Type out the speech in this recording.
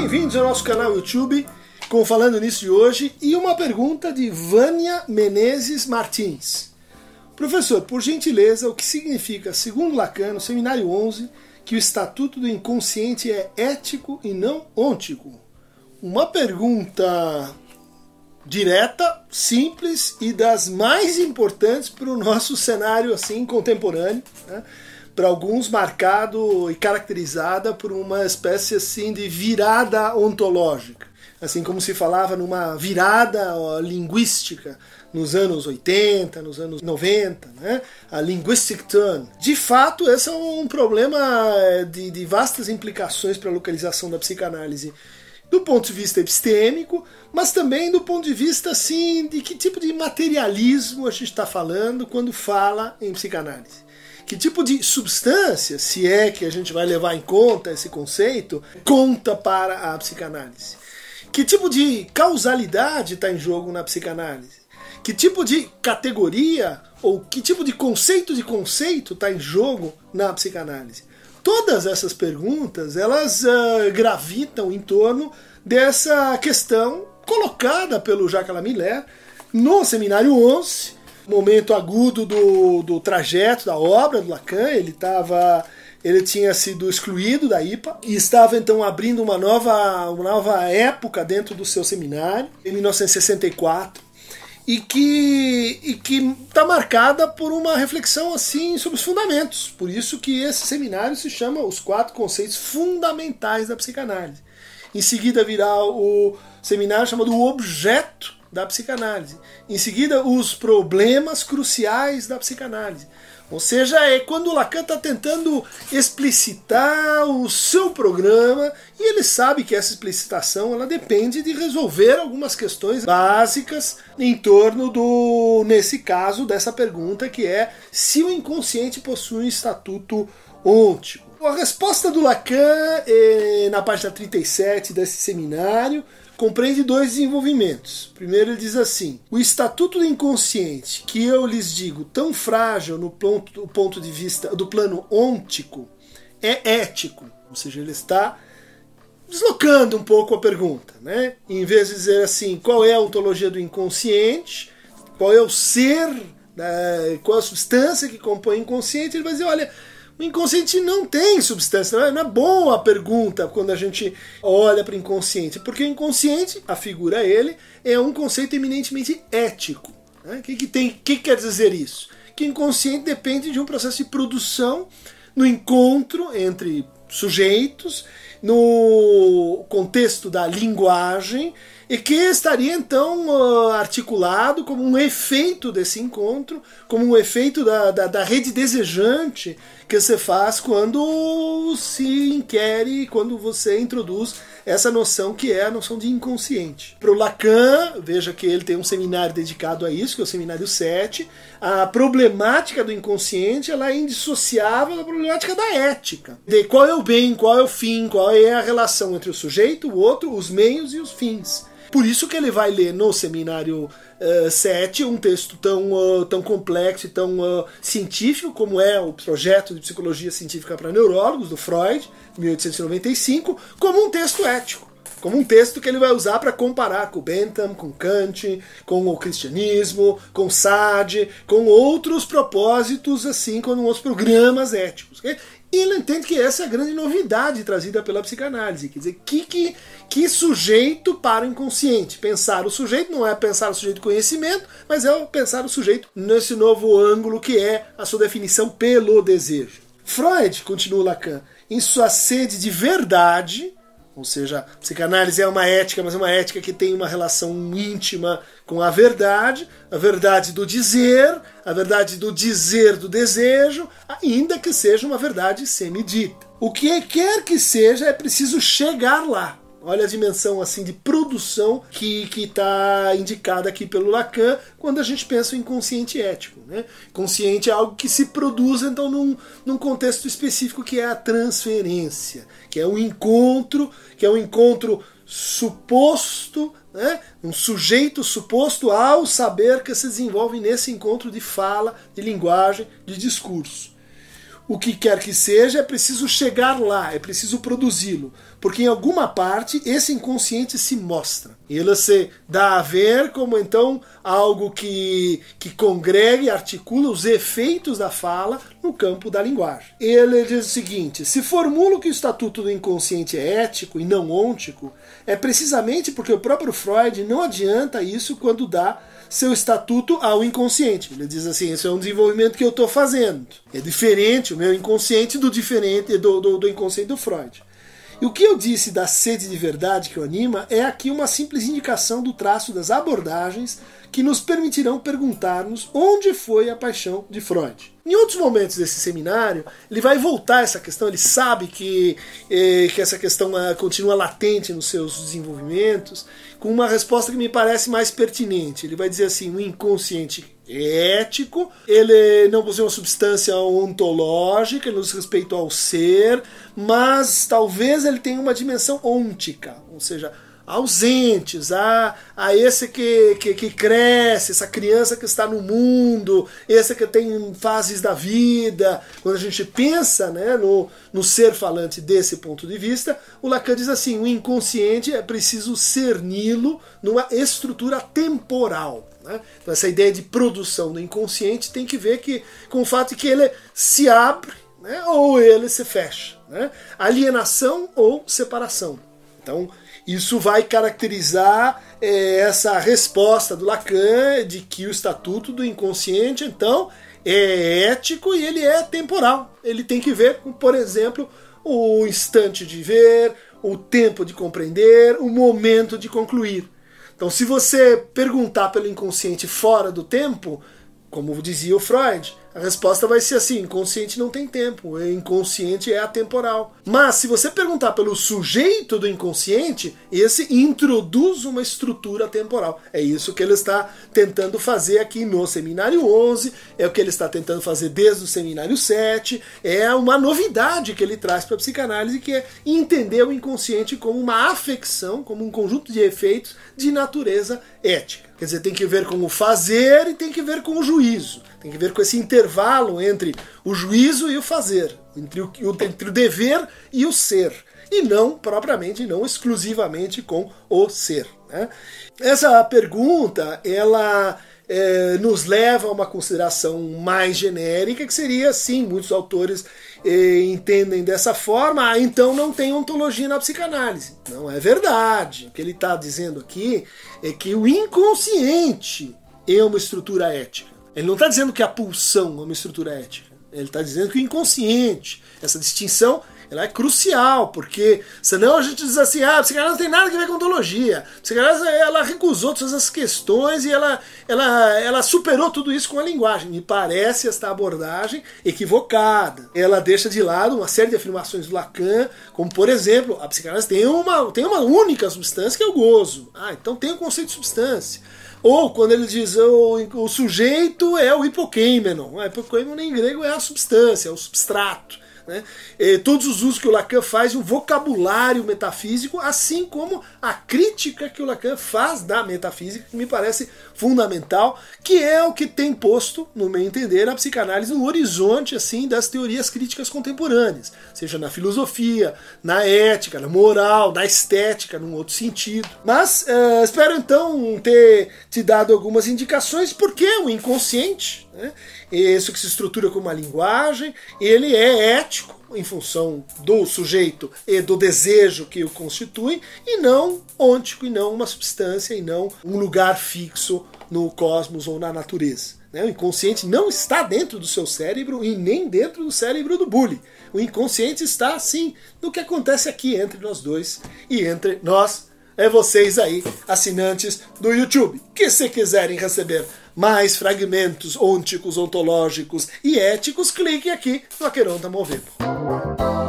Bem-vindos ao nosso canal YouTube com Falando Nisso de hoje e uma pergunta de Vânia Menezes Martins. Professor, por gentileza, o que significa, segundo Lacan, no Seminário 11, que o Estatuto do Inconsciente é ético e não ôntico? Uma pergunta direta, simples e das mais importantes para o nosso cenário assim contemporâneo, né? Para alguns marcado e caracterizada por uma espécie assim de virada ontológica, assim como se falava numa virada linguística nos anos 80, nos anos 90, né? A linguistic turn. De fato, esse é um problema de vastas implicações para a localização da psicanálise, do ponto de vista epistêmico, mas também do ponto de vista assim, de que tipo de materialismo a gente está falando quando fala em psicanálise. Que tipo de substância, se é que a gente vai levar em conta esse conceito, conta para a psicanálise? Que tipo de causalidade está em jogo na psicanálise? Que tipo de categoria ou que tipo de conceito está em jogo na psicanálise? Todas essas perguntas, elas gravitam em torno dessa questão colocada pelo Jacques Lamillère no Seminário 11, momento agudo do trajeto, da obra do Lacan. Ele tinha sido excluído da IPA e estava então abrindo uma nova época dentro do seu seminário, em 1964, e que está marcada por uma reflexão assim sobre os fundamentos. Por isso que esse seminário se chama Os 4 Conceitos Fundamentais da Psicanálise. Em seguida virá o seminário chamado O Objeto da Psicanálise. Em seguida, Os Problemas Cruciais da Psicanálise. Ou seja, é quando o Lacan está tentando explicitar o seu programa, e ele sabe que essa explicitação ela depende de resolver algumas questões básicas em torno nesse caso, dessa pergunta que é se o inconsciente possui um estatuto ôntico. A resposta do Lacan, na página 37 desse seminário, compreende 2 desenvolvimentos. Primeiro ele diz assim: o estatuto do inconsciente, que eu lhes digo tão frágil no ponto de vista do plano ôntico, é ético. Ou seja, ele está deslocando um pouco a pergunta, né? Em vez de dizer assim, qual é a ontologia do inconsciente, qual é o ser, qual a substância que compõe o inconsciente, ele vai dizer, olha, o inconsciente não tem substância, não é boa a pergunta quando a gente olha para o inconsciente, porque o inconsciente, afigura ele, é um conceito eminentemente ético. Né? O que quer dizer isso? Que o inconsciente depende de um processo de produção no encontro entre sujeitos, no contexto da linguagem, e que estaria então articulado como um efeito desse encontro, como um efeito da rede desejante que se faz quando se inquere, quando você introduz essa noção que é a noção de inconsciente. Para o Lacan, veja que ele tem um seminário dedicado a isso, que é o Seminário 7, a problemática do inconsciente ela é indissociável da problemática da ética. De qual é o bem, qual é o fim, qual é a relação entre o sujeito, o outro, os meios e os fins. Por isso que ele vai ler no Seminário 7 um texto tão complexo e tão científico como é o Projeto de Psicologia Científica para Neurólogos, do Freud, 1895, como um texto ético. Como um texto que ele vai usar para comparar com o Bentham, com Kant, com o cristianismo, com Sade, com outros propósitos, assim, com outros programas éticos. Okay? E ele entende que essa é a grande novidade trazida pela psicanálise. Quer dizer, que sujeito para o inconsciente? Pensar o sujeito não é pensar o sujeito conhecimento, mas é pensar o sujeito nesse novo ângulo que é a sua definição pelo desejo. Freud, continua Lacan, em sua sede de verdade, ou seja, a psicanálise é uma ética, mas é uma ética que tem uma relação íntima com a verdade do dizer, a verdade do dizer do desejo, ainda que seja uma verdade semidita. O que quer que seja, é preciso chegar lá. Olha a dimensão assim de produção que está indicada aqui pelo Lacan quando a gente pensa em inconsciente ético. Né? Consciente é algo que se produz então num contexto específico que é a transferência, que é um encontro suposto, né? Um sujeito suposto ao saber que se desenvolve nesse encontro de fala, de linguagem, de discurso. O que quer que seja, é preciso chegar lá, é preciso produzi-lo. porque em alguma parte esse inconsciente se mostra. Ele se dá a ver como então algo que congrega e articula os efeitos da fala no campo da linguagem. Ele diz o seguinte: se formulo que o estatuto do inconsciente é ético e não ôntico, é precisamente porque o próprio Freud não adianta isso quando dá seu estatuto ao inconsciente. Ele diz assim: isso é um desenvolvimento que eu estou fazendo. É diferente o meu inconsciente do inconsciente do Freud. E o que eu disse da sede de verdade que o anima é aqui uma simples indicação do traço das abordagens que nos permitirão perguntar-nos onde foi a paixão de Freud. Em outros momentos desse seminário, ele vai voltar a essa questão, ele sabe que essa questão continua latente nos seus desenvolvimentos, com uma resposta que me parece mais pertinente. Ele vai dizer assim: o inconsciente é ético, ele não possui uma substância ontológica, ele não diz respeito ao ser, mas talvez ele tenha uma dimensão ôntica, ou seja, ausentes, a esse que cresce, essa criança que está no mundo, esse que tem fases da vida. Quando a gente pensa, né, no ser falante desse ponto de vista, o Lacan diz assim: o inconsciente é preciso cerni-lo numa estrutura temporal. Né? Então essa ideia de produção do inconsciente tem que ver com o fato de que ele se abre, né, ou ele se fecha, né? Alienação ou separação. Então isso vai caracterizar essa resposta do Lacan de que o estatuto do inconsciente, então, é ético e ele é temporal. Ele tem que ver com, por exemplo, o instante de ver, o tempo de compreender, o momento de concluir. Então, se você perguntar pelo inconsciente fora do tempo, como dizia o Freud, a resposta vai ser assim: inconsciente não tem tempo, o inconsciente é atemporal. Mas se você perguntar pelo sujeito do inconsciente, esse introduz uma estrutura temporal. É isso que ele está tentando fazer aqui no Seminário 11, é o que ele está tentando fazer desde o Seminário 7, é uma novidade que ele traz para a psicanálise, que é entender o inconsciente como uma afecção, como um conjunto de efeitos de natureza ética. Quer dizer, tem que ver com o fazer e tem que ver com o juízo. Tem que ver com esse intervalo entre o juízo e o fazer, entre o dever e o ser, e não propriamente, não exclusivamente com o ser. Né? Essa pergunta, ela nos leva a uma consideração mais genérica, que seria, assim, muitos autores entendem dessa forma: então não tem ontologia na psicanálise. Não é verdade. O que ele está dizendo aqui é que o inconsciente é uma estrutura ética. Ele não está dizendo que a pulsão é uma estrutura ética. Ele está dizendo que o inconsciente, essa distinção, ela é crucial, porque senão a gente diz assim: a psicanálise não tem nada a ver com ontologia. A psicanálise, ela recusou todas essas questões e ela superou tudo isso com a linguagem. Me parece esta abordagem equivocada. Ela deixa de lado uma série de afirmações do Lacan, como, por exemplo, a psicanálise tem uma única substância, que é o gozo. Então tem o conceito de substância. Ou quando ele diz o sujeito é o hipokeimenon. O hipokeimenon em grego é a substância, é o substrato. Né? Todos os usos que o Lacan faz de um vocabulário metafísico, assim como a crítica que o Lacan faz da metafísica, que me parece fundamental, que é o que tem posto, no meu entender, a psicanálise no horizonte, assim, das teorias críticas contemporâneas, seja na filosofia, na ética, na moral, na estética, num outro sentido. Mas espero então ter te dado algumas indicações, porque o inconsciente, né, isso que se estrutura como uma linguagem, ele é ético em função do sujeito e do desejo que o constitui, e não ôntico, e não uma substância, e não um lugar fixo no cosmos ou na natureza. O inconsciente não está dentro do seu cérebro e nem dentro do cérebro do bully. O inconsciente está, sim, no que acontece aqui entre nós dois e entre nós, vocês aí, assinantes do YouTube, que se quiserem receber mais fragmentos ônticos, ontológicos e éticos, clique aqui no Aqueronta Movebo.